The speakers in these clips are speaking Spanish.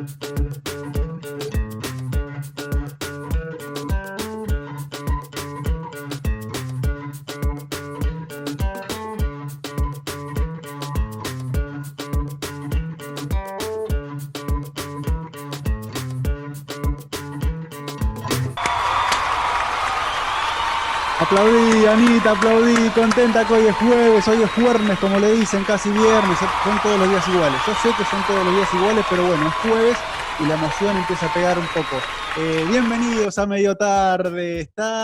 Aplaudí, Anita, aplaudí, contenta que hoy es jueves, como le dicen, casi viernes, son todos los días iguales. Yo sé que son todos los días iguales, pero bueno, es jueves y la emoción empieza a pegar un poco. Bienvenidos a Medio Tarde.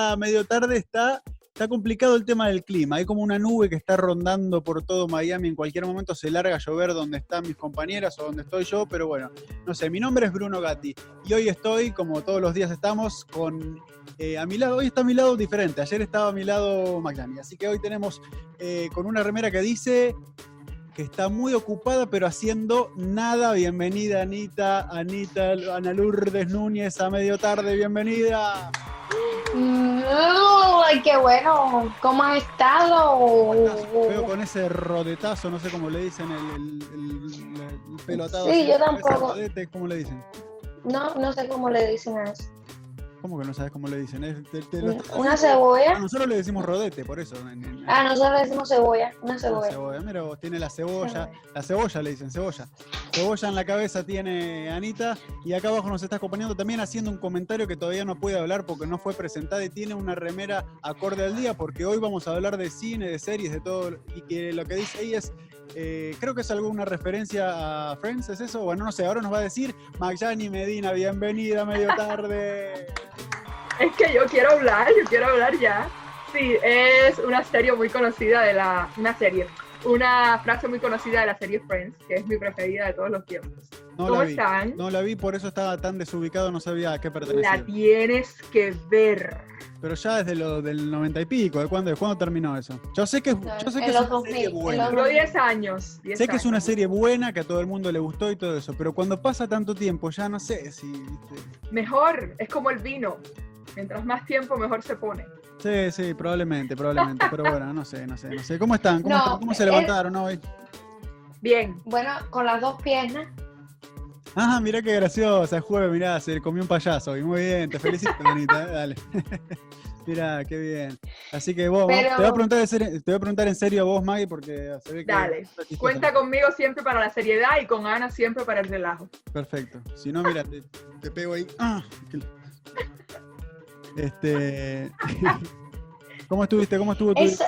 Está complicado el tema del clima. Hay como una nube que está rondando por todo Miami. En cualquier momento se larga a llover donde están mis compañeras o donde estoy yo, pero bueno, no sé. Mi nombre es Bruno Gatti y hoy estoy, como todos los días estamos, con a mi lado. Hoy está a mi lado diferente. Ayer estaba a mi lado Magnani. Así que hoy tenemos con una remera que dice que está muy ocupada pero haciendo nada. Bienvenida Anita, Ana Lourdes Núñez a Medio Tarde. Bienvenida. ¡Ay, qué bueno! ¿Cómo has estado? Veo con ese rodetazo, no sé cómo le dicen, el pelotado. Sí, yo tampoco. Rodete, ¿cómo le dicen? No sé cómo le dicen a eso. ¿Cómo que no sabes cómo le dicen? ¿Una cebolla? A nosotros le decimos rodete, por eso. Nosotros le decimos cebolla. Una cebolla. Mira, vos tiene la cebolla. La cebolla le dicen, cebolla. Cebolla en la cabeza tiene Anita. Y acá abajo nos está acompañando también haciendo un comentario que todavía no puede hablar porque no fue presentada y tiene una remera acorde al día porque hoy vamos a hablar de cine, de series, de todo. Y que lo que dice ahí es, creo que es alguna referencia a Friends, ¿es eso? Bueno, no sé, ahora nos va a decir Magnani Medina. Bienvenida a Medio Tarde. Es que yo quiero hablar ya. Sí, es una serie muy conocida una frase muy conocida de la serie Friends, que es mi preferida de todos los tiempos. ¿Cómo están? No la vi, por eso estaba tan desubicado, no sabía a qué pertenecía. La tienes que ver. Pero ya desde del 90 y pico, ¿de cuándo terminó eso? Yo sé que es una serie buena. Duró 10 años. Sé que es una serie buena, que a todo el mundo le gustó y todo eso, pero cuando pasa tanto tiempo ya no sé si... Mejor, es como el vino. Mientras más tiempo, mejor se pone. Sí, probablemente, pero bueno, no sé. ¿Cómo están? ¿Cómo se levantaron hoy? Bien. Bueno, con las dos piernas. Ah, mirá qué graciosa, es jueves, mirá, se comió un payaso hoy. Muy bien, te felicito, Anita, dale. Mirá, qué bien. Así que vos, te voy a preguntar en serio a vos, Maggie, porque se ve que... Dale, cuenta conmigo siempre para la seriedad y con Ana siempre para el relajo. Perfecto. Si no, mira, te pego ahí. ¿Cómo estuviste? ¿Cómo estuvo tu día?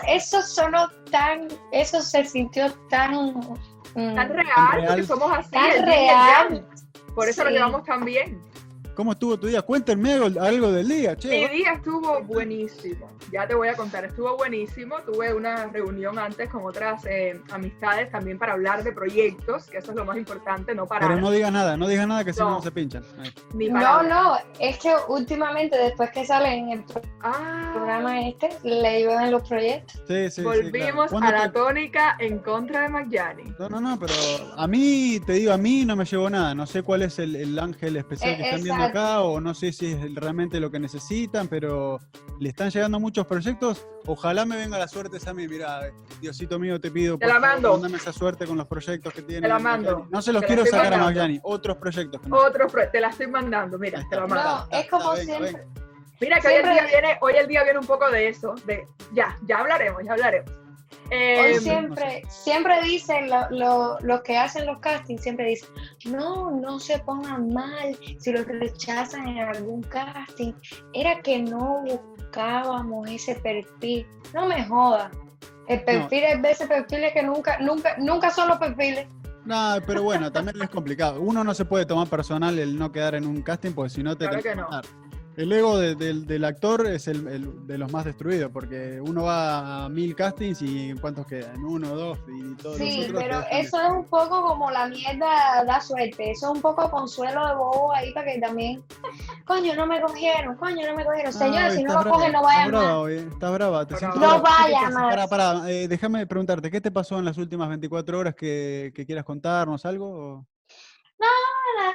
Eso se sintió tan real, porque somos así. Tan real. Por eso lo llevamos tan bien. ¿Cómo estuvo tu día? Cuéntenme algo del día, che. Mi día estuvo buenísimo. Ya te voy a contar, estuvo buenísimo. Tuve una reunión antes con otras amistades también para hablar de proyectos, que eso es lo más importante, no para... Pero no digas nada que si no se pinchan. No, es que últimamente, después que sale en el programa le iban los proyectos. Sí, volvimos a la tónica en contra de Magnani. No, pero a mí no me llevó nada. No sé cuál es el ángel especial que están viendo acá, o no sé si es realmente lo que necesitan, pero le están llegando muchos proyectos. Ojalá me venga la suerte esa a mí. Mirá, Diosito mío, te pido, te la mando. Mándame esa suerte con los proyectos que tiene. Te la mando. No se los quiero sacar a Magnani, otros proyectos. Te la estoy mandando, mira, te la mando. No, es como siempre. Venga. Mira que hoy el día viene un poco de eso, ya hablaremos. Hoy siempre dicen, los que hacen los castings, siempre dicen, no se pongan mal si los rechazan en algún casting, era que no buscábamos ese perfil. No me jodas, el perfil es de ese perfil que nunca son los perfiles. No, pero bueno, también es complicado. Uno no se puede tomar personal el no quedar en un casting, porque si no te tenés que matar. El ego del actor es el de los más destruidos, porque uno va a 1000 castings y ¿cuántos quedan? 1, 2 y todos los otros. Sí, pero eso es un poco como la mierda da suerte. Eso es un poco consuelo de bobo ahí para que también, coño, no me cogieron. Señores, si no lo cogen, no vayan más. Estás brava, te siento. No vaya más. Pará, déjame preguntarte, ¿qué te pasó en las últimas 24 horas que quieras contarnos algo? Nada.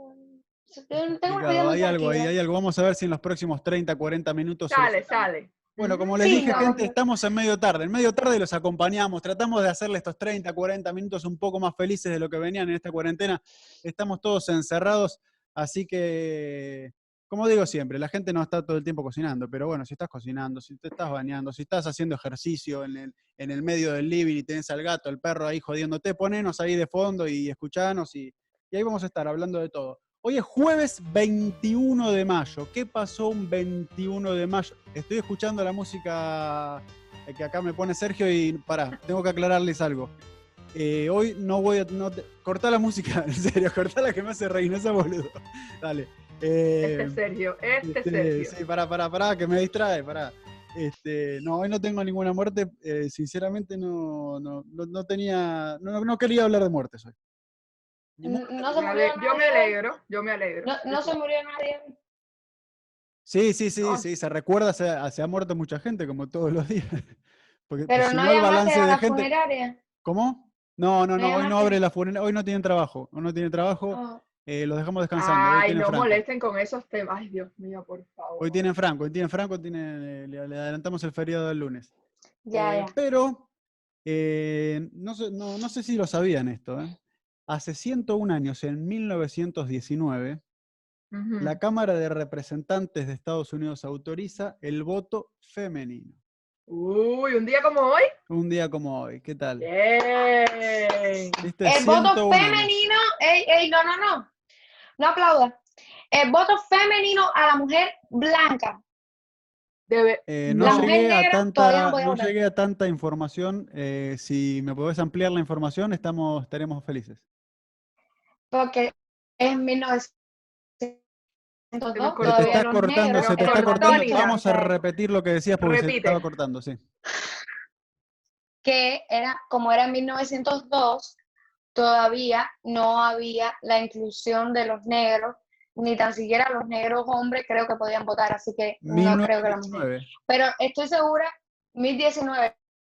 Hay algo. Vamos a ver si en los próximos 30, 40 minutos... Sale. Bueno, como les Sí, dije, no, gente, estamos en medio tarde. En medio tarde los acompañamos, tratamos de hacerle estos 30, 40 minutos un poco más felices de lo que venían en esta cuarentena. Estamos todos encerrados, así que, como digo siempre, la gente no está todo el tiempo cocinando, pero bueno, si estás cocinando, si te estás bañando, si estás haciendo ejercicio en el medio del living y tenés al gato, al perro ahí jodiéndote, ponenos ahí de fondo y escuchanos y ahí vamos a estar hablando de todo. Hoy es jueves 21 de mayo. ¿Qué pasó un 21 de mayo? Estoy escuchando la música que acá me pone Sergio y pará, tengo que aclararles algo. Hoy no voy a... cortá la música, en serio, cortá la que me hace reír, no seas boludo. Dale. Sergio. Sí, pará, que me distrae, pará. No, hoy no tengo ninguna muerte. Sinceramente no tenía... No quería hablar de muertes hoy. No se murió nadie. Yo me alegro. No se murió nadie. Sí, No. se recuerda, se ha muerto mucha gente, como todos los días. Porque Pero si no no, el llamaste balance a de la gente... funeraria. ¿Cómo? No, No hoy no llamaste. abre la funeraria, hoy no tienen trabajo, Oh. los dejamos descansando, hoy Ay, tienen no franco. molesten con esos temas. Ay, Dios mío, por favor. Hoy tienen franco, le adelantamos el feriado del lunes. Ya. Pero, no sé si lo sabían esto, ¿eh? Hace 101 años, en 1919, la Cámara de Representantes de Estados Unidos autoriza el voto femenino. Uy, un día como hoy. Un día como hoy, ¿qué tal? Bien. ¿Viste? El voto 101 años. femenino, no aplauda. El voto femenino a la mujer blanca. La mujer negra todavía no podía no votar. llegué a tanta información. Si me podés ampliar la información, estaremos felices. Porque es 1902, Se te todavía está los cortando, negros se te eran está cortando. minoría. Vamos a repetir lo que decías porque se te Repite. estaba cortando, sí. Que como era en 1902, todavía no había la inclusión de los negros, ni tan siquiera los negros hombres creo que podían votar, así que no creo que la mujer. 1919. Pero estoy segura, 2019,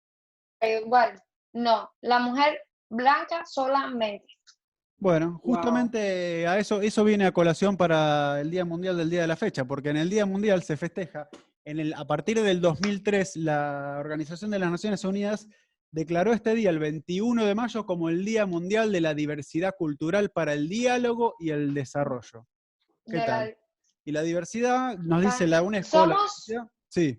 igual, no, la mujer blanca solamente. Bueno, justamente a eso viene a colación para el Día Mundial del Día de la Fecha, porque en el Día Mundial se festeja, a partir del 2003, la Organización de las Naciones Unidas declaró este día, el 21 de mayo, como el Día Mundial de la Diversidad Cultural para el Diálogo y el Desarrollo. ¿Qué tal? Y la diversidad, nos dice la UNESCO... Sí.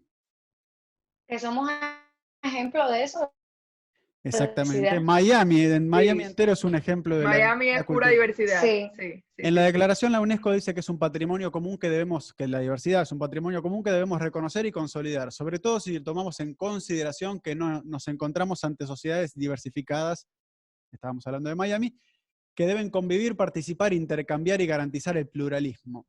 Que somos ejemplo de eso. Exactamente. Miami entero es un ejemplo de Miami es pura diversidad. Sí. En la declaración la UNESCO dice que es un patrimonio común que la diversidad es un patrimonio común que debemos reconocer y consolidar, sobre todo si tomamos en consideración que nos encontramos ante sociedades diversificadas, estábamos hablando de Miami, que deben convivir, participar, intercambiar y garantizar el pluralismo.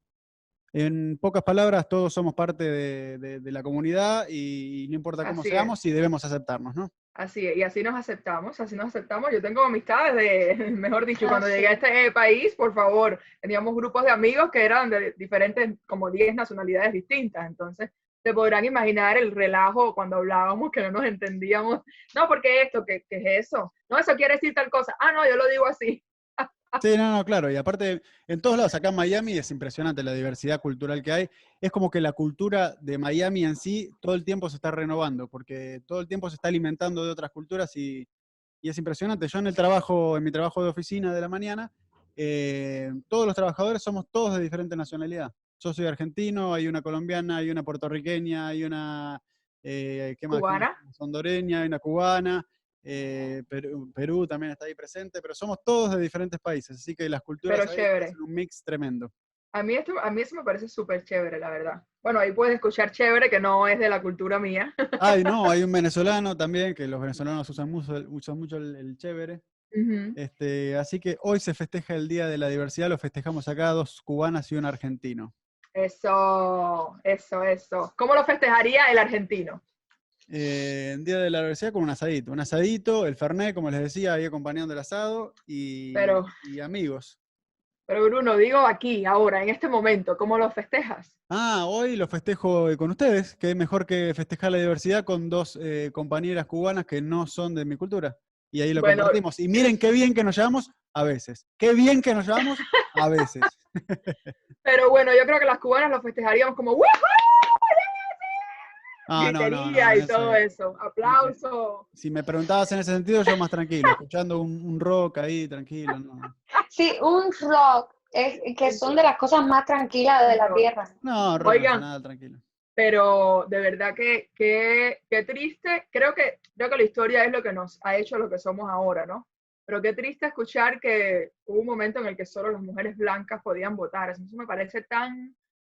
En pocas palabras, todos somos parte de la comunidad y no importa cómo seamos, y debemos aceptarnos, ¿no? Así es, y así nos aceptamos. Yo tengo amistades mejor dicho, cuando llegué a este país, por favor, teníamos grupos de amigos que eran de diferentes, como 10 nacionalidades distintas, entonces se podrán imaginar el relajo cuando hablábamos, que no nos entendíamos. No, porque esto, ¿qué es eso? No, eso quiere decir tal cosa. Ah, no, yo lo digo así. Sí, claro, y aparte, en todos lados, acá en Miami es impresionante la diversidad cultural que hay. Es como que la cultura de Miami en sí todo el tiempo se está renovando, porque todo el tiempo se está alimentando de otras culturas y es impresionante. Yo en mi trabajo de oficina de la mañana, todos los trabajadores somos todos de diferente nacionalidad. Yo soy argentino, hay una colombiana, hay una puertorriqueña, hay una ¿qué más? ¿Cubana? Hondureña, hay una cubana. Perú también está ahí presente, pero somos todos de diferentes países, así que las culturas hacen un mix tremendo. A mí eso me parece súper chévere, la verdad. Bueno, ahí puedes escuchar chévere, que no es de la cultura mía. Ay, no, hay un venezolano también, que los venezolanos usan mucho el chévere. Así que hoy se festeja el Día de la Diversidad, lo festejamos acá, 2 cubanas y un argentino. Eso. ¿Cómo lo festejaría el argentino? En Día de la Diversidad con un asadito, el fernet, como les decía, ahí acompañando el asado y amigos. Pero Bruno, digo aquí, ahora, en este momento, ¿cómo lo festejas? Hoy lo festejo con ustedes, que es mejor que festejar la diversidad con 2 compañeras cubanas que no son de mi cultura. Y ahí lo compartimos. Y miren qué bien que nos llevamos a veces. Qué bien que nos llevamos a veces. Pero bueno, yo creo que las cubanas lo festejaríamos como ¡woohoo! Ah, no, no, no, gritería en y todo eso. Aplauso. Si me preguntabas en ese sentido, yo más tranquilo, escuchando un rock ahí, tranquilo, no. Sí, un rock, que son de las cosas más tranquilas de la Rock. tierra. No, rock Oigan, nacional, tranquilo. pero de verdad que triste. Creo que la historia es lo que nos ha hecho lo que somos ahora, ¿no? Pero qué triste escuchar que hubo un momento en el que solo las mujeres blancas podían votar. Eso me parece tan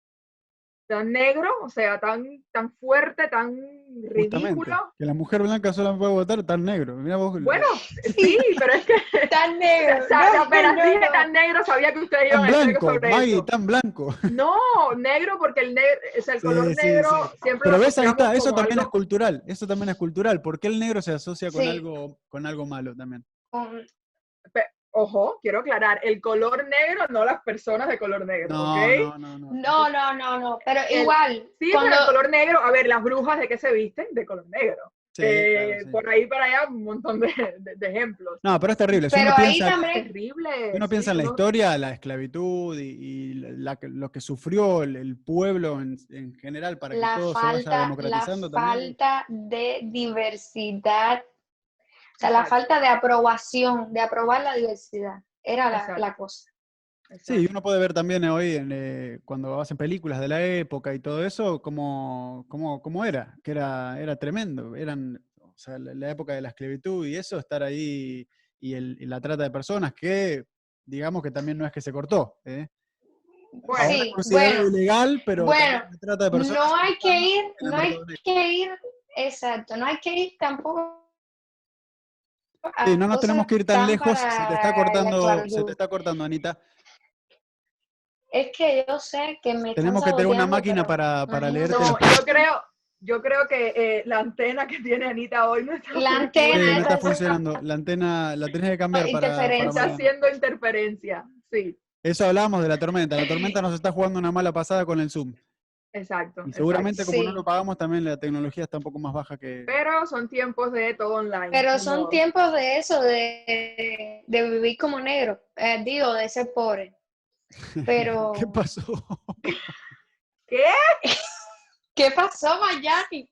negro, o sea, tan fuerte, tan Justamente, ridículo. que la mujer blanca solo puede votar tan negro. Mirá vos, Bueno, sí, Sí, pero es que tan negro. apenas dije No. tan negro, sabía que ustedes tan iban a decir algo blanco, sobre Maggie, eso. tan blanco. No, negro porque el negro, es el color Sí, sí, sí. negro, siempre lo Pero ves, ahí asociamos está, eso como también es algo. cultural, eso también es cultural. ¿Por qué el negro se asocia Sí, con algo malo también? con- Ojo, quiero aclarar, el color negro, no las personas de color negro, ¿ok? No, no, no, no. no, pero El, igual, sí, cuando, pero el color negro, a ver, las brujas de qué se visten, de color negro. Sí, claro, sí. Por ahí para allá un montón de ejemplos. No, pero es terrible. pero ahí Es también terrible, uno piensa sí, en la uno, historia, la esclavitud y lo que sufrió el pueblo en general para que todo se vaya la democratizando también. falta de diversidad, o sea, la exacto, falta de aprobación, de aprobar la diversidad, era exacto, la cosa. Sí, y exacto. uno puede ver también hoy, cuando hacen películas de la época y todo eso, cómo era, que era tremendo. O sea, la época de la esclavitud y eso, estar ahí y la trata de personas, que digamos que también no es que se cortó, ¿eh? Ahora es Sí, considerado ilegal, pero también bueno, la trata de personas no sigue hay que estando ir, en el no hay mercado negro. que ir, exacto, no hay que ir tampoco Sí, a no nos tenemos cosas que ir tan tan lejos, para la se te esclavitud. está cortando, Anita. Es que yo sé que me están Tenemos que tener una saboteando, máquina pero para imagínate. leerte los No, pensamientos. yo creo que la antena que tiene Anita hoy no está La muy antena, Sí, no buena. está esa es funcionando. La antena la tenés que cambiar para Está interferencia. mañana. haciendo interferencia. Sí, Eso hablábamos de la tormenta. La tormenta nos está jugando una mala pasada con el Zoom. exacto, Y exacto. seguramente como no lo Sí, pagamos, también la tecnología está un poco más baja que... Pero son tiempos de todo online, pero ni son modo. tiempos de eso, de vivir como negro, digo, de ser pobre. ¿Qué Pero, pasó? ¿Qué? ¿qué pasó, Mayani?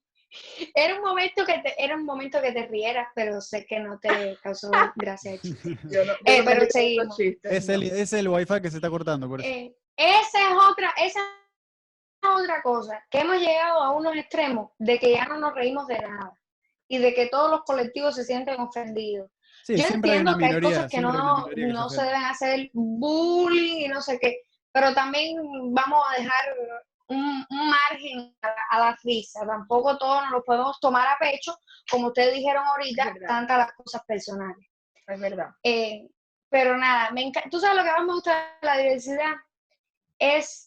Era un momento que te rieras, pero sé que no te causó gracia el chiste. Yo no me Pero río de esos seguimos. chistes, no. Es el wifi que se está cortando, por eso. Esa es otra cosa, que hemos llegado a unos extremos de que ya no nos reímos de nada y de que todos los colectivos se sienten ofendidos. Sí, Yo entiendo que hay cosas que siempre hay una minoría que se no se ofende. deben hacer bullying y no sé qué, pero también vamos a dejar un margen a la risa. Tampoco todos nos lo podemos tomar a pecho, como ustedes dijeron Es ahorita, verdad, tantas las cosas personales. es verdad. Pero nada, tú sabes lo que más me gusta de la diversidad es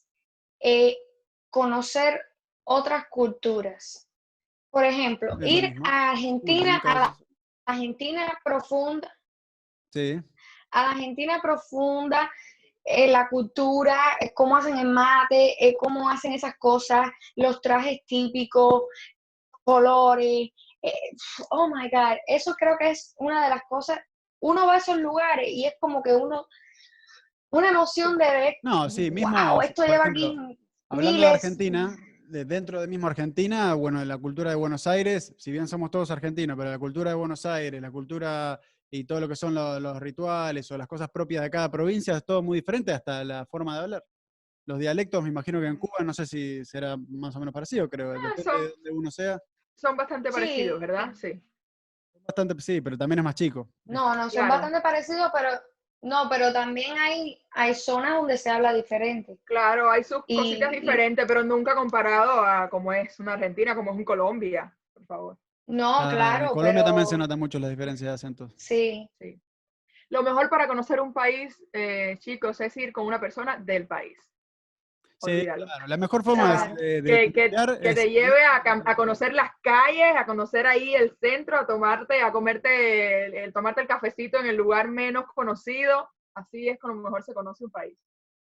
conocer otras culturas. Por ejemplo, Es lo ir mismo. a Uy, Argentina, nunca es eso. Argentina profunda, Sí. a la Argentina profunda, la cultura, cómo hacen el mate, cómo hacen esas cosas, los trajes típicos, colores. eh, oh my God, eso creo que es una de las cosas. Uno va a esos lugares y es como que una emoción de ver, No, sí, mismo, wow, esto por lleva aquí ejemplo, hablando de miles. Argentina, dentro de mismo Argentina, bueno, la cultura de Buenos Aires, si bien somos todos argentinos, pero la cultura de Buenos Aires, la cultura y todo lo que son los rituales o las cosas propias de cada provincia es todo muy diferente, hasta la forma de hablar. Los dialectos, me imagino que en Cuba, no sé si será más o menos parecido, creo, depende de Son, donde uno sea. son bastante parecidos, Sí, ¿verdad? Sí, Bastante, sí, pero también es más chico. no, son claro, bastante parecidos, pero no, pero también hay zonas donde se habla diferente. claro, hay sus cositas Y diferentes, pero nunca comparado a como es una Argentina, como es un Colombia, por favor. no, En claro, Colombia también se pero nota mucho las diferencias de acentos. sí, Sí. Lo mejor para conocer un país, chicos, es ir con una persona del país. Sí, Olvídalo. claro. La mejor O forma sea, de turistear que es te ir lleve con a conocer las calles, a conocer ahí el centro, a comerte tomarte el cafecito en el lugar menos conocido. Así es como mejor se conoce un país.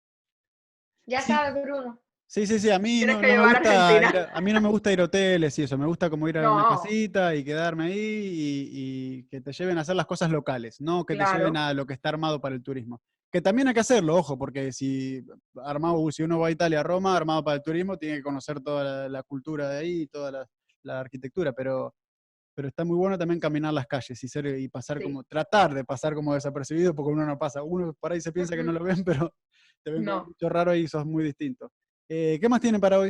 ya Sí, sabes, Bruno. sí, sí, sí. A mí Tienes no, que no me llevar a gusta Argentina. a mí no me gusta ir a hoteles y eso. Me gusta como ir a una No, casita y quedarme ahí y que te lleven a hacer las cosas locales, no que te lleven claro, a lo que está armado para el turismo. Que también hay que hacerlo, ojo, porque si uno va a Italia, a Roma, armado para el turismo, tiene que conocer toda la cultura de ahí, todas las la arquitectura, pero está muy bueno también caminar las calles y pasar Sí. tratar de pasar como desapercibido, porque uno no pasa. Uno por ahí se piensa que no lo ven, pero te ven como No. mucho raro y sos muy distinto. ¿Qué más tienen para hoy?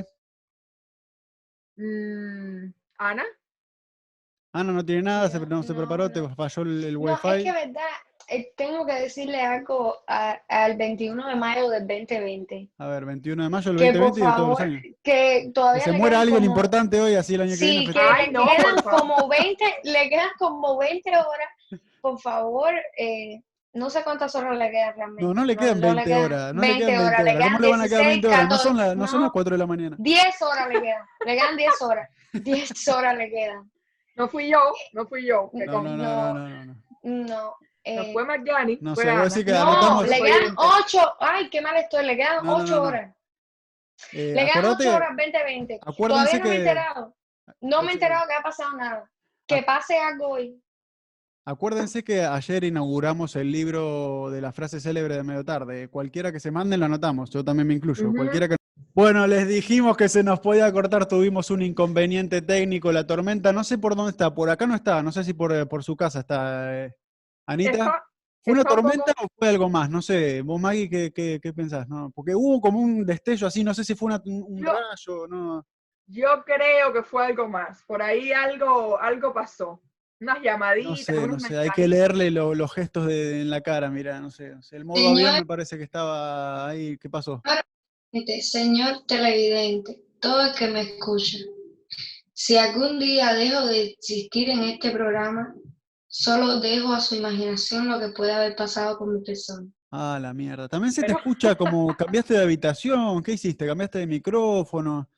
Ana. Ana no tiene nada, no se No, preparó, te no. falló el No, es que wifi. verdad, tengo que decirle algo al 21 de mayo del 2020. A ver, 21 de mayo del Que por 2020 y de todos los favor, años. que Que todavía se le muera quedan alguien como, importante hoy, así el año que viene sí, que Ay, no, le por quedan favor. como 20, le quedan como 20 horas. Por favor, no sé cuántas horas le quedan No, realmente. no le No, quedan no le 20 quedan horas, no le quedan 20 20 horas, le horas. ¿Cómo quedan le van a quedar 16, 20 horas? 14, No son las no, 4 de la mañana. 10 horas le quedan 10 horas. 10 horas le quedan. No fui yo, que No, no, conste. no, no, No, no, no. no. No fue Margani, No fue sé, vos Ana. decís que No, arrancamos. le quedan Oyente. 8. Ay, qué mal estoy. Le quedan No, no, no, 8 no. horas. Le quedan 8 Acordate, horas 2020. Todavía acuérdense no me he que. enterado. No me he Decime. enterado que ha pasado nada. Que Ac- pase algo hoy. Acuérdense que ayer inauguramos el libro de la frase célebre de medio tarde. Cualquiera que se manden lo anotamos, yo también me incluyo. Ujú. Cualquiera que. Bueno, les dijimos que se nos podía cortar, tuvimos un inconveniente técnico, la tormenta, no sé por dónde está, por acá no está, no sé si por su casa está. Anita, Está, ¿fue una está un tormenta poco. o fue algo más? No sé, vos Maggie, ¿qué pensás? ¿No? Porque hubo como un destello así, no sé si fue un Yo, rayo, ¿no? yo creo que fue algo más. Por ahí algo pasó. Unas llamaditas, No unos sé, hay que mensajitos. leerle los gestos en la cara, mira, no sé. El modo avión Señor, me parece que estaba ahí, ¿qué pasó? señor televidente, todo el que me escucha, si algún día dejo de existir en este programa, solo dejo a su imaginación lo que puede haber pasado con mi persona. Ah, la mierda. También se te Pero escucha como cambiaste de habitación, ¿qué hiciste? ¿Cambiaste de micrófono?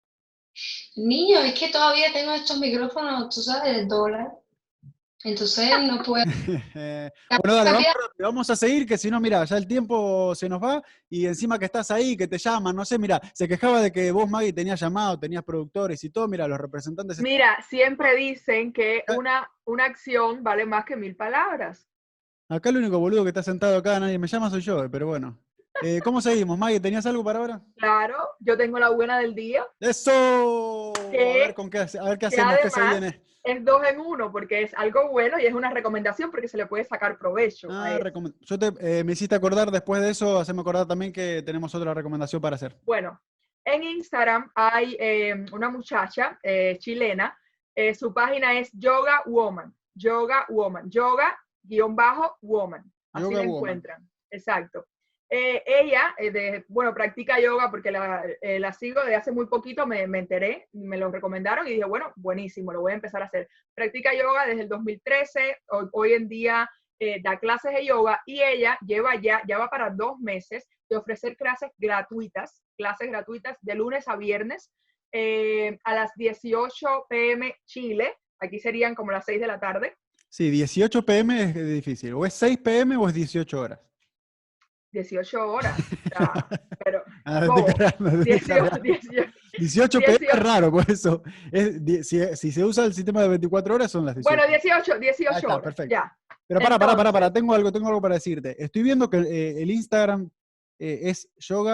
Niño, es que todavía tengo estos micrófonos, tú sabes, de dólar. Entonces no puedo Bueno, dale, vamos cambiar. rápido, vamos a seguir, que si no, mira, ya el tiempo se nos va y encima que estás ahí, que te llaman, no sé, mira, se quejaba de que vos, Maggie, tenías llamado, tenías productores y todo, mira, los representantes están mira, siempre dicen que acá. una acción vale más que 1000 palabras. Acá el único boludo que está sentado acá, nadie me llama, soy yo, pero bueno. ¿Cómo seguimos, Maggie? ¿Tenías algo para ahora? Claro, yo tengo la buena del día, ¡Eso! A ver que, a ver qué que hacemos, qué se además viene. es 2 en 1, porque es algo bueno y es una recomendación porque se le puede sacar provecho a Ah, eso. me hiciste acordar después de eso, haceme acordar también que tenemos otra recomendación para hacer. Bueno, en Instagram hay una muchacha chilena, su página es Yoga Woman, yoga-woman, así Yoga la Woman. encuentran, exacto. Ella, bueno, practica yoga porque la sigo desde hace muy poquito, me enteré, me lo recomendaron y dije, bueno, buenísimo, lo voy a empezar a hacer. Practica yoga desde el 2013, hoy en día da clases de yoga y ella ya va para 2 meses de ofrecer clases gratuitas de lunes a viernes a las 18 p.m. Chile, aquí serían como las 6 de la tarde. Sí, 18 p.m. es difícil. O es 6 p.m. o es 18 horas. 18 horas, o sea, pero Ah, no estoy bobo. cargando, no estoy 18, cargando. 18, 18 p.m. es 18, raro, por eso. Si se usa el sistema de 24 horas, son las 18. bueno, 18, Ahí 18 está, horas, perfecto. ya. Pero para, Entonces, tengo algo para decirte. Estoy viendo que el Instagram es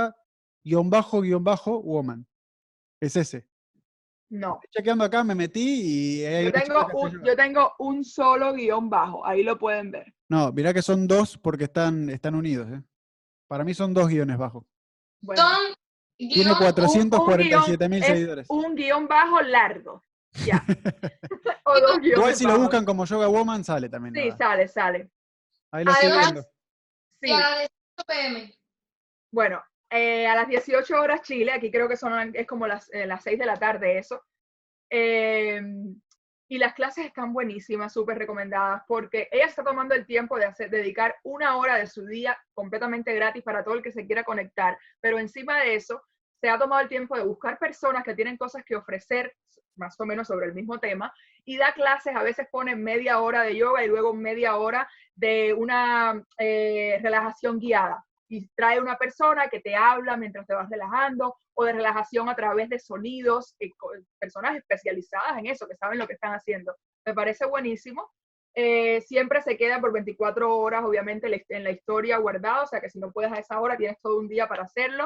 yoga-woman. Es ese. no. Estoy chequeando acá, me metí y hay Yo una chica tengo que hace un, yoga. yo tengo un solo guión bajo, ahí lo pueden ver. No, mirá que son dos porque están unidos. Para mí son dos guiones bajos. Bueno, Son Tiene guión, un guión 447.000 es seguidores. un guión bajo largo, ya. O dos Igual guiones si lo bajos. buscan como Yoga Woman, sale también. Sí, ¿No? sale. Ahí lo estoy Además, viendo. y a sí, las 18 p.m. bueno, a las 18 horas Chile, aquí creo que es como las 6 de la tarde eso. Eh, y las clases están buenísimas, súper recomendadas, porque ella está tomando el tiempo de dedicar 1 hora de su día completamente gratis para todo el que se quiera conectar, pero encima de eso, se ha tomado el tiempo de buscar personas que tienen cosas que ofrecer, más o menos sobre el mismo tema, y da clases, a veces pone media hora de yoga y luego media hora de una relajación guiada. Y trae una persona que te habla mientras te vas relajando, o de relajación a través de sonidos, personas especializadas en eso, que saben lo que están haciendo. Me parece buenísimo. Siempre se queda por 24 horas, obviamente, en la historia guardado, o sea que si no puedes a esa hora, tienes todo un día para hacerlo.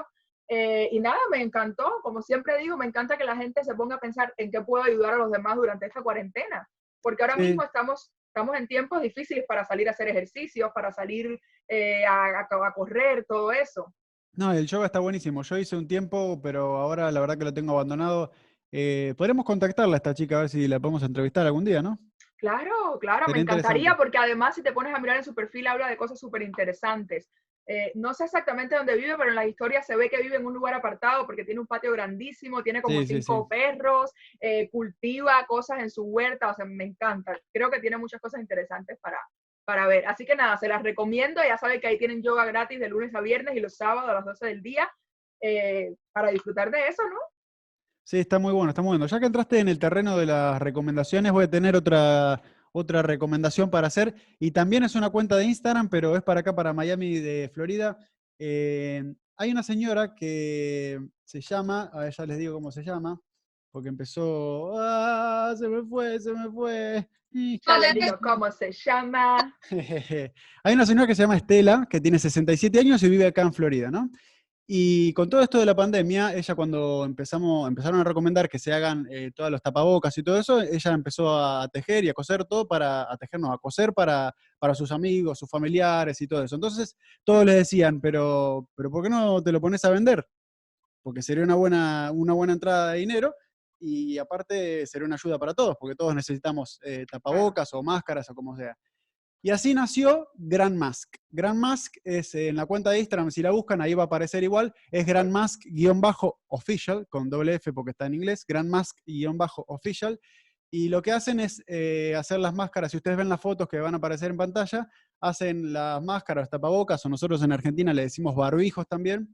Y nada, me encantó, como siempre digo, me encanta que la gente se ponga a pensar en qué puedo ayudar a los demás durante esta cuarentena, porque ahora mismo estamos en tiempos difíciles para salir a hacer ejercicios, para salir a correr, todo eso. No, el yoga está buenísimo. Yo hice un tiempo, pero ahora la verdad que lo tengo abandonado. Podremos contactarla a esta chica a ver si la podemos entrevistar algún día, ¿no? Claro, claro, me Sería encantaría interesante. porque además si te pones a mirar en su perfil habla de cosas súper interesantes. No sé exactamente dónde vive, pero en la historia se ve que vive en un lugar apartado porque tiene un patio grandísimo, tiene como Sí, sí, sí. 5 perros, cultiva cosas en su huerta, o sea, me encanta. Creo que tiene muchas cosas interesantes para ver. Así que nada, se las recomiendo. Ya saben que ahí tienen yoga gratis de lunes a viernes y los sábados a las 12 del día para disfrutar de eso, ¿no? Sí, está muy bueno, está muy bueno. Ya que entraste en el terreno de las recomendaciones, voy a tener otra recomendación para hacer. Y también es una cuenta de Instagram, pero es para acá, para Miami de Florida. Hay una señora que se llama, a ver, ya les digo cómo se llama, porque empezó, se me fue, se me fue. Ya les digo cómo se llama. Hay una señora que se llama Estela, que tiene 67 años y vive acá en Florida, ¿no? Y con todo esto de la pandemia, ella cuando empezaron a recomendar que se hagan todos los tapabocas y todo eso, ella empezó a tejer y a coser todo a coser para sus amigos, sus familiares y todo eso. Entonces, todos les decían, pero ¿por qué no te lo pones a vender? Porque sería una buena entrada de dinero y aparte sería una ayuda para todos, porque todos necesitamos Claro. tapabocas o máscaras o como sea. Y así nació Grand Mask. Grand Mask es en la cuenta de Instagram, si la buscan, ahí va a aparecer igual, es Grand Mask-official, con doble F porque está en inglés, Grand Mask-official. Y lo que hacen es hacer las máscaras, si ustedes ven las fotos que van a aparecer en pantalla, hacen las máscaras, tapabocas, o nosotros en Argentina le decimos barbijos también.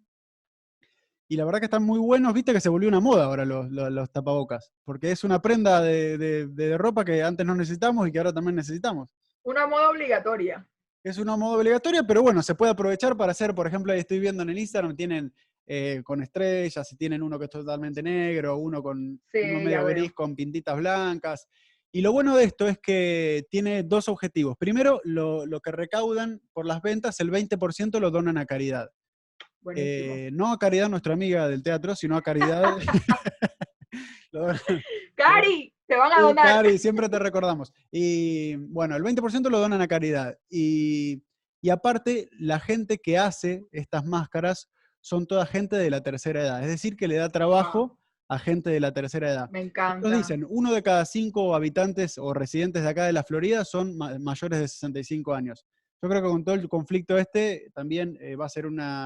Y la verdad que están muy buenos, viste que se volvió una moda ahora los tapabocas, porque es una prenda de ropa que antes no necesitamos y que ahora también necesitamos. Una moda obligatoria. Es una moda obligatoria, pero bueno, se puede aprovechar para hacer, por ejemplo, ahí estoy viendo en el Instagram, tienen con estrellas, y tienen uno que es totalmente negro, uno Sí, ya medio veo. gris con pintitas blancas. Y lo bueno de esto es que tiene dos objetivos. Primero, lo que recaudan por las ventas, el 20% lo donan a caridad. Buenísimo. No a Caridad, nuestra amiga del teatro, sino a Caridad. lo donan- Cari, te van a Sí, donar. Cari, siempre te recordamos. Y bueno, el 20% lo donan a caridad. Y aparte, la gente que hace estas máscaras son toda gente de la tercera edad. Es decir, que le da Wow, trabajo a gente de la tercera edad. me Ellos encanta. dicen, 1 de cada 5 habitantes o residentes de acá de la Florida son mayores de 65 años. Yo creo que con todo el conflicto también va a ser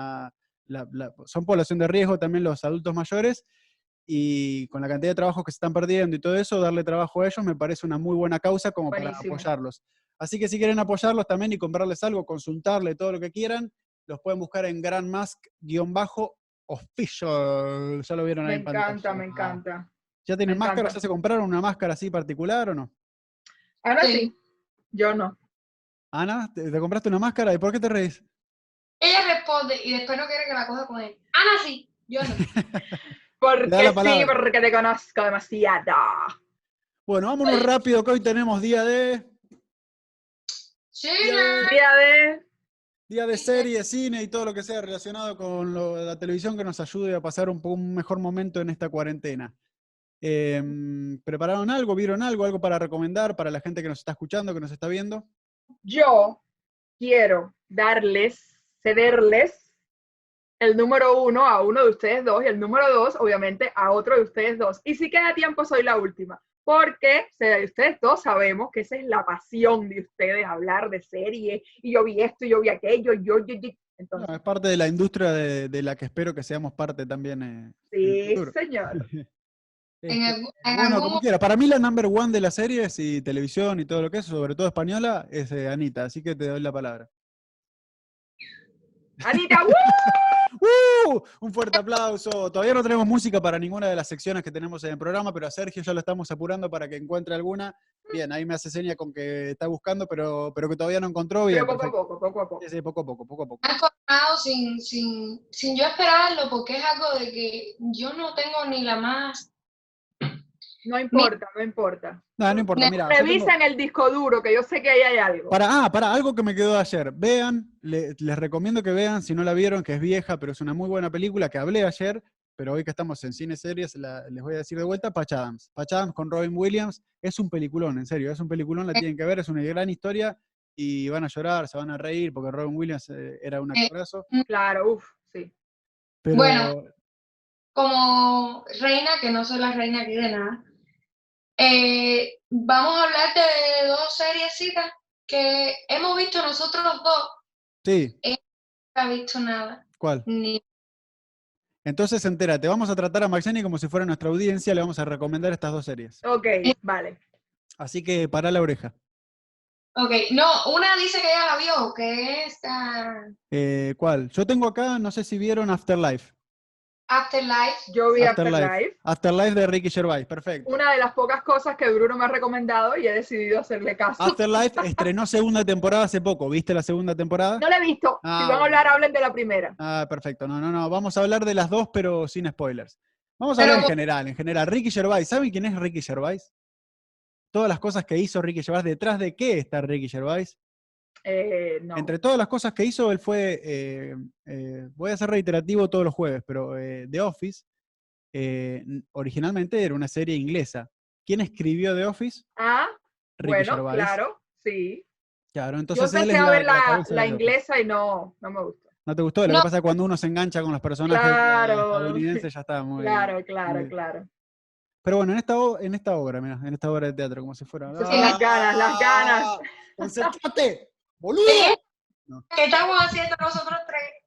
son población de riesgo también los adultos mayores, y con la cantidad de trabajos que se están perdiendo y todo eso, darle trabajo a ellos me parece una muy buena causa como para Buenísimo. apoyarlos. Así que si quieren apoyarlos también y comprarles algo, consultarle todo lo que quieran, los pueden buscar en Grand Mask-official. Ya lo vieron Me ahí en encanta, pantalla. me encanta. ¿Ya Me tienen máscaras? encanta. ¿Ya se compraron una máscara así particular o no? Ahora sí, yo no. Ana, ¿te compraste una máscara? ¿Y por qué te reís? Ella responde y después no quiere que la coja con él. Ana sí, yo no. Le da la Porque sí, palabra. porque te conozco demasiado. Bueno, vámonos rápido que hoy tenemos día China. de Día de... Día de serie, cine y todo lo que sea relacionado con la televisión que nos ayude a pasar un mejor momento en esta cuarentena. ¿Prepararon algo? ¿Vieron algo? ¿Algo para recomendar para la gente que nos está escuchando, que nos está viendo? Yo quiero cederles el número 1 a uno de ustedes dos y el número 2, obviamente, a otro de ustedes dos. Y si queda tiempo, soy la última. Porque ustedes todos sabemos que esa es la pasión de ustedes, hablar de serie. Y yo vi esto, y yo vi aquello, No, Entonces, es parte de la industria de la que espero que seamos parte también en el sí, futuro. señor. Este, En bueno, algún como quiera. Para mí la number one de las series y televisión y todo lo que es, sobre todo española, es Anita. Así que te doy la palabra. Anita, ¡woo! Un fuerte aplauso. Todavía no tenemos música para ninguna de las secciones que tenemos en el programa, pero a Sergio ya lo estamos apurando para que encuentre alguna. Bien, ahí me hace seña con que está buscando, pero que todavía no encontró. Pero Bien, poco a perfecto. poco, poco a poco. Sí, sí, poco a poco, poco a poco. han coronado sin yo esperarlo, porque es algo de que yo no tengo ni la más No importa, no importa. No, no importa, mira. Revisen el disco duro, que yo sé que ahí hay algo. Para algo que me quedó de ayer. Vean, les recomiendo que vean, si no la vieron, que es vieja, pero es una muy buena película que hablé ayer, pero hoy que estamos en cine series, les voy a decir de vuelta, Patch Adams. Patch Adams con Robin Williams es un peliculón, en serio, es un peliculón, la tienen que ver, es una gran historia y van a llorar, se van a reír, porque Robin Williams era un actorazo. Claro, sí. Pero... Bueno, como reina, que no soy la reina aquí de nada, vamos a hablar de 2 seriecitas que hemos visto nosotros 2. Sí. No ha visto nada. ¿Cuál? Ni... Entonces, entérate, vamos a tratar a Maxeni como si fuera nuestra audiencia, le vamos a recomendar estas 2 series. Ok, vale. Así que pará la oreja. Ok, no, una dice que ya la vio, que es ¿Cuál? Yo tengo acá, no sé si vieron Afterlife. Afterlife. Yo vi Afterlife. Afterlife de Ricky Gervais, perfecto. Una de las pocas cosas que Bruno me ha recomendado y he decidido hacerle caso. Afterlife estrenó segunda temporada hace poco. ¿Viste la segunda temporada? No la he visto. Si van a hablar, hablen de la primera. Perfecto. No. Vamos a hablar de las 2, pero sin spoilers. Vamos a hablar en general. Ricky Gervais. ¿Saben quién es Ricky Gervais? Todas las cosas que hizo Ricky Gervais. ¿Detrás de qué está Ricky Gervais? No. Entre todas las cosas que hizo, él fue, voy a ser reiterativo todos los jueves, pero The Office, originalmente era una serie inglesa. ¿Quién escribió The Office? Ricky Gervais. Claro, sí. Claro, entonces yo empecé a ver la inglesa y no me gustó. ¿No te gustó? Lo que pasa es que cuando uno se engancha con los personajes estadounidenses ya está muy... Claro. Pero bueno, en esta obra, mira, en esta obra de teatro, como si fuera... Las ganas. ¡Concéntrate, boludo! ¿Qué estamos haciendo nosotros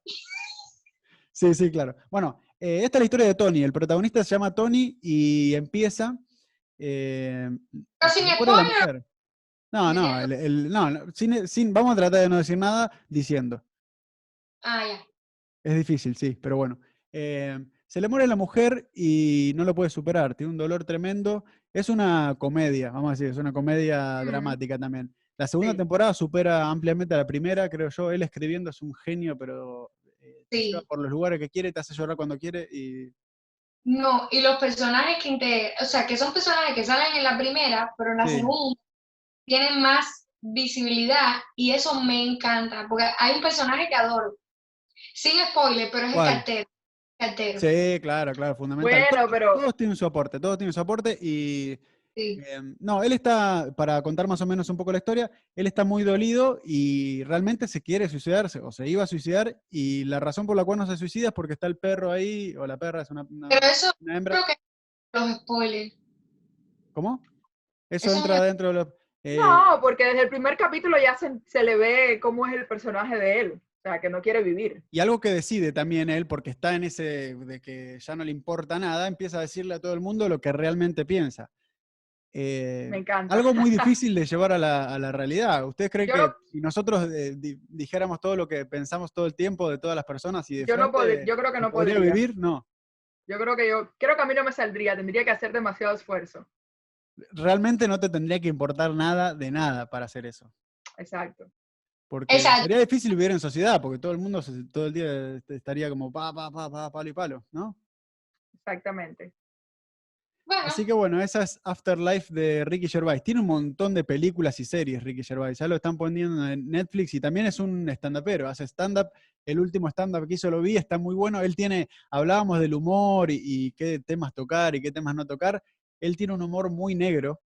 3? Sí, claro. Bueno, esta es la historia de Tony. El protagonista se llama Tony y empieza... sin spoiler. Vamos a tratar de no decir nada diciendo. Ya. Es difícil, sí, pero bueno. Se le muere la mujer y no lo puede superar, tiene un dolor tremendo. Es una comedia, vamos a decir, es una comedia dramática también. La segunda temporada supera ampliamente a la primera, creo yo. Él escribiendo es un genio, pero te lleva por los lugares que quiere, te hace llorar cuando quiere y... No, y los personajes que son personajes que salen en la primera, pero en la segunda tienen más visibilidad y eso me encanta, porque hay un personaje que adoro. Sin spoiler, pero es el cartero. Sí, claro, fundamental. Bueno, todos tienen su aporte y... no, él está, para contar más o menos un poco la historia, él está muy dolido y realmente se quiere suicidarse, o se iba a suicidar, y la razón por la cual no se suicida es porque está el perro ahí, o la perra es una Pero eso una hembra. creo que los spoilers. ¿Cómo? Eso entra dentro de los... No, porque desde el primer capítulo ya se le ve cómo es el personaje de él. O sea, que no quiere vivir. Y algo que decide también él, porque está en ese de que ya no le importa nada, empieza a decirle a todo el mundo lo que realmente piensa. Me encanta. Algo muy difícil de llevar a la realidad. ¿Ustedes creen que si nosotros dijéramos todo lo que pensamos todo el tiempo de todas las personas y de yo creo que no podría vivir? No. Yo creo que a mí no me saldría, tendría que hacer demasiado esfuerzo. Realmente no te tendría que importar nada de nada para hacer eso. Exacto. Porque sería difícil vivir en sociedad, porque todo el mundo todo el día estaría como palo y palo, ¿no? Exactamente. Bueno. Así que bueno, esa es Afterlife de Ricky Gervais. Tiene un montón de películas y series Ricky Gervais. Ya lo están poniendo en Netflix y también es un stand-upero. Hace stand-up. El último stand-up que hizo lo vi, está muy bueno. Hablábamos del humor y qué temas tocar y qué temas no tocar. Él tiene un humor muy negro.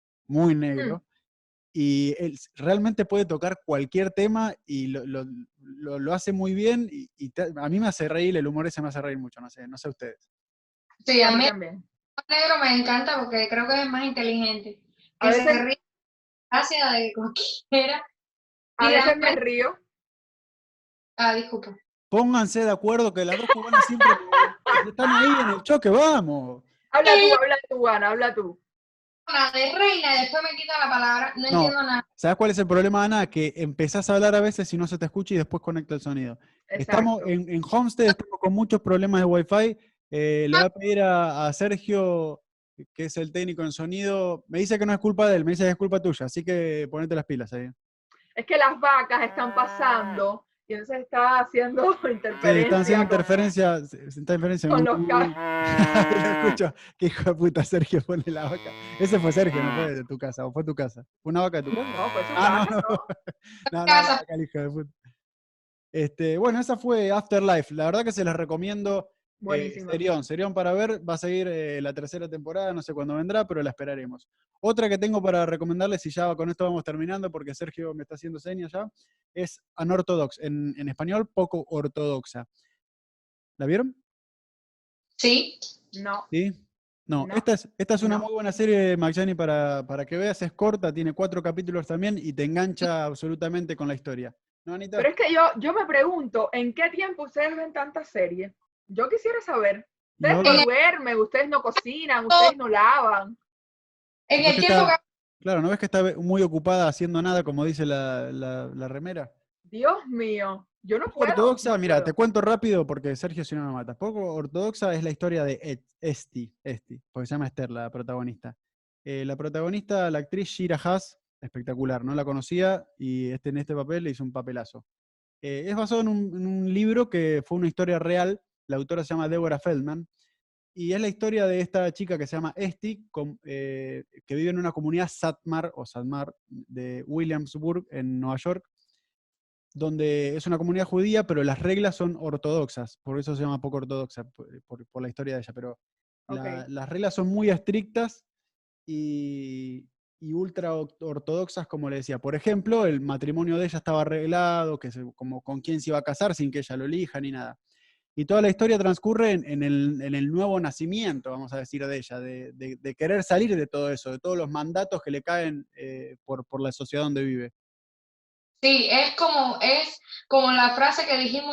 Y él realmente puede tocar cualquier tema y lo hace muy bien. A mí me hace reír, el humor ese me hace reír mucho. No sé ustedes. Sí, a mí también. El negro me encanta porque creo que es más inteligente. A veces se ríe hacia de cualquiera. A veces me río. Disculpa. Pónganse de acuerdo que las dos cubanas siempre están ahí en el choque, vamos. Habla tú, Ana, habla tú. De reina y después me quita la palabra, no entiendo nada. ¿Sabes cuál es el problema, Ana? Que empezás a hablar a veces y no se te escucha y después conecta el sonido. Exacto. Estamos en Homestead, estamos con muchos problemas de Wi-Fi. Le voy a pedir a Sergio, que es el técnico en sonido, me dice que no es culpa de él, me dice que es culpa tuya, así que ponete las pilas ahí. Es que las vacas están pasando y entonces está haciendo Sí, interferencia. están haciendo con- interferencia. con los Lo escucho. Qué hijo de puta, Sergio pone la vaca. Ese fue Sergio, no fue de tu casa, o fue tu casa. ¿Fue una vaca de tu casa? No, fue su Ah, casa, no. No, la vaca, el hijo de puta. Bueno, esa fue Afterlife. La verdad que se las recomiendo. Buenísimo. Serión para ver. Va a seguir la tercera temporada, no sé cuándo vendrá, pero la esperaremos. Otra que tengo para recomendarles, y ya con esto vamos terminando, porque Sergio me está haciendo señas ya, es Unorthodox. En español, poco ortodoxa. ¿La vieron? Sí. No. ¿Sí? No, No. esta es una No. muy buena serie, Maxani, para que veas. Es corta, tiene 4 capítulos también y te engancha absolutamente con la historia. ¿No, Anita? Pero es que yo me pregunto, ¿en qué tiempo ustedes ven tantas series? Yo quisiera saber. Ustedes No, no duermen, ustedes no cocinan, ustedes no lavan. En ¿no ves el que tiempo está, claro, ¿no ves que está muy ocupada haciendo nada, como dice la remera? Dios mío, yo no Poco puedo. ortodoxa, No mira, puedo. te cuento rápido porque Sergio si no me mata. Poco ortodoxa es la historia de Esti, porque se llama Esther, la protagonista. La protagonista, la actriz Shira Haas, espectacular, no la conocía y en este papel le hizo un papelazo. Es basado en un libro que fue una historia real, la autora se llama Deborah Feldman, y es la historia de esta chica que se llama Esti, que vive en una comunidad Satmar de Williamsburg, en Nueva York, donde es una comunidad judía, pero las reglas son ortodoxas, por eso se llama poco ortodoxa, por la historia de ella, pero Okay. las reglas son muy estrictas y ultra ortodoxas, como le decía. Por ejemplo, el matrimonio de ella estaba arreglado, como con quién se iba a casar sin que ella lo elija ni nada. Y toda la historia transcurre en el nuevo nacimiento, vamos a decir, de ella, de querer salir de todo eso, de todos los mandatos que le caen por la sociedad donde vive. Sí, es como la frase que dijimos,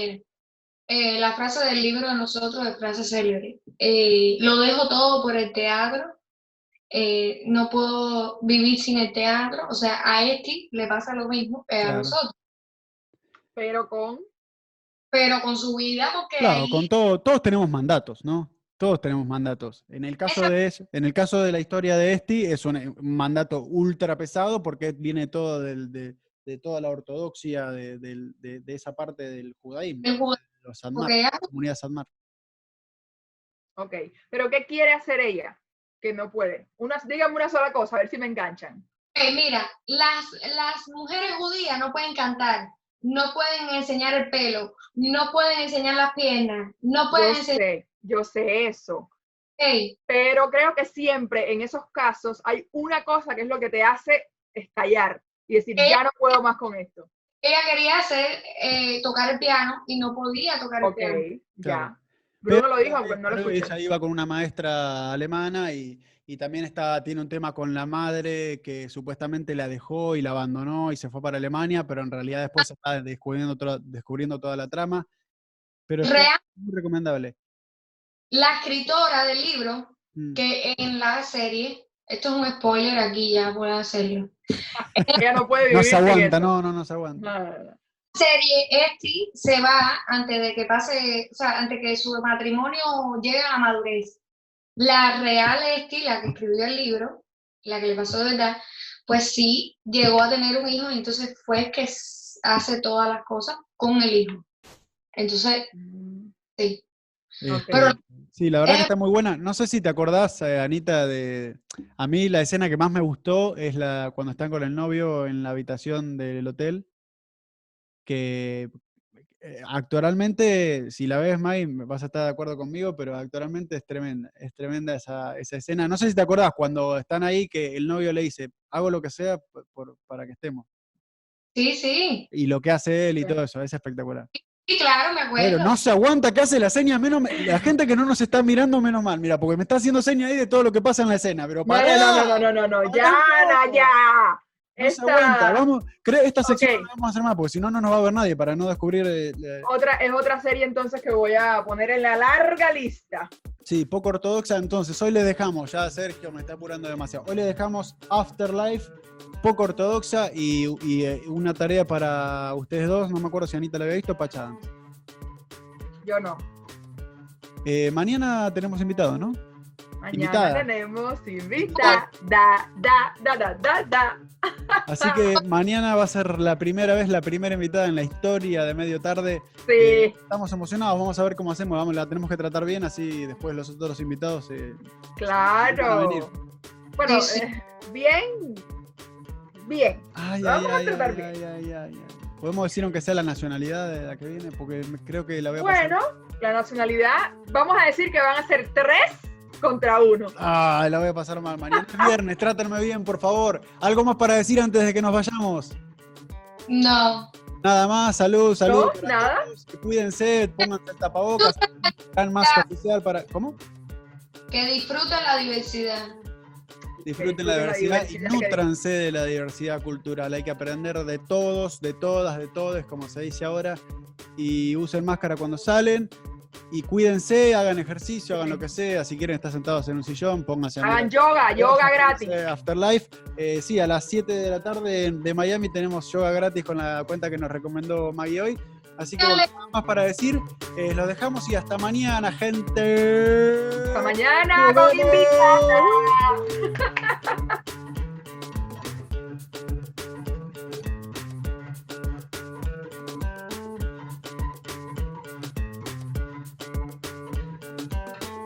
la frase del libro de nosotros, de frase célebre. Lo dejo todo por el teatro, no puedo vivir sin el teatro. O sea, a Esti le pasa lo mismo que a Claro. nosotros, Pero con... pero con su vida, porque Claro, ahí con todos tenemos mandatos, ¿no? Todos tenemos mandatos. En el caso de la historia de Esti, es un mandato ultra pesado porque viene todo de toda la ortodoxia de esa parte del judaísmo, el juego, de los Sadmar, porque ella, la comunidad Sadmar. Ok, pero ¿qué quiere hacer ella? Que no puede. Dígame una sola cosa, a ver si me enganchan. mira, las mujeres judías no pueden cantar, no pueden enseñar el pelo, no pueden enseñar las piernas, no pueden enseñar. Yo sé eso. Hey, Pero creo que siempre en esos casos hay una cosa que es lo que te hace estallar y decir, ya no puedo más con esto. ella quería tocar el piano y no podía tocar el piano. Ok, Claro. ya. Bruno lo dijo, pues no lo Pero escuché. ella iba con una maestra alemana y también tiene un tema con la madre que supuestamente la dejó y la abandonó y se fue para Alemania, pero en realidad después está descubriendo toda la trama. Pero está muy recomendable. La escritora del libro, Mm. que en la serie, esto es un spoiler aquí ya, por hacerlo. Ella no puede vivir No se aguanta, sin eso. no se aguanta. No. Serie, Esti se va antes de que pase, o sea, antes que su matrimonio llegue a la madurez. La real Esti, la que escribió el libro, la que le pasó de verdad, pues sí, llegó a tener un hijo y entonces fue que hace todas las cosas con el hijo. Entonces, sí. Okay. Pero Sí, la verdad que está muy buena. No sé si te acordás, Anita, a mí la escena que más me gustó es cuando están con el novio en la habitación del hotel, que actualmente, si la ves, May, vas a estar de acuerdo conmigo, pero actualmente es tremenda esa escena. No sé si te acordás cuando están ahí que el novio le dice, hago lo que sea para que estemos. sí, sí. Y lo que hace él y todo eso, es espectacular. Sí, claro, me acuerdo. Pero no se aguanta que hace la seña, la gente que no nos está mirando, menos mal, mira, porque me está haciendo seña ahí de todo lo que pasa en la escena, pero No, ya, ya. No se aguanta, esta sección Okay. no la vamos a hacer más, porque si no, no nos va a ver nadie para no descubrir... Es otra serie entonces que voy a poner en la larga lista. Sí, poco ortodoxa, entonces hoy les dejamos, ya Sergio me está apurando demasiado, hoy les dejamos Afterlife, poco ortodoxa y una tarea para ustedes dos, no me acuerdo si Anita la había visto, Pachada. Yo no. Mañana tenemos invitado, ¿no? Mañana Invitada. tenemos invitada. Da. Así que mañana va a ser la primera vez, la primera invitada en la historia de Medio Tarde. Sí. Estamos emocionados, vamos a ver cómo hacemos. La tenemos que tratar bien, así después los otros invitados claro. Bueno, bien. Vamos a tratar bien. ¿Podemos decir aunque sea la nacionalidad de la que viene? Porque creo que la voy a pasar. Bueno, la nacionalidad, vamos a decir que van a ser 3 contra 1. La voy a pasar mal. Mañana es viernes, trátenme bien, por favor. ¿Algo más para decir antes de que nos vayamos? No. Nada más, salud. ¿No? ¿Nada? Todos. Cuídense, pónganse el tapabocas, hagan máscara oficial para... ¿Cómo? Que disfruten la diversidad. Disfruten la diversidad y nútranse de la diversidad cultural. Hay que aprender de todos, de todas, de todes, como se dice ahora. Y usen máscara cuando salen. Y cuídense, hagan ejercicio, hagan lo que sea. Si quieren estar sentados en un sillón, pónganse a hagan yoga gratis. Afterlife. Sí, a las 7 de la tarde de Miami tenemos yoga gratis con la cuenta que nos recomendó Maggie hoy. Así que nada más para decir, los dejamos y hasta mañana, gente. Hasta mañana, con invitada.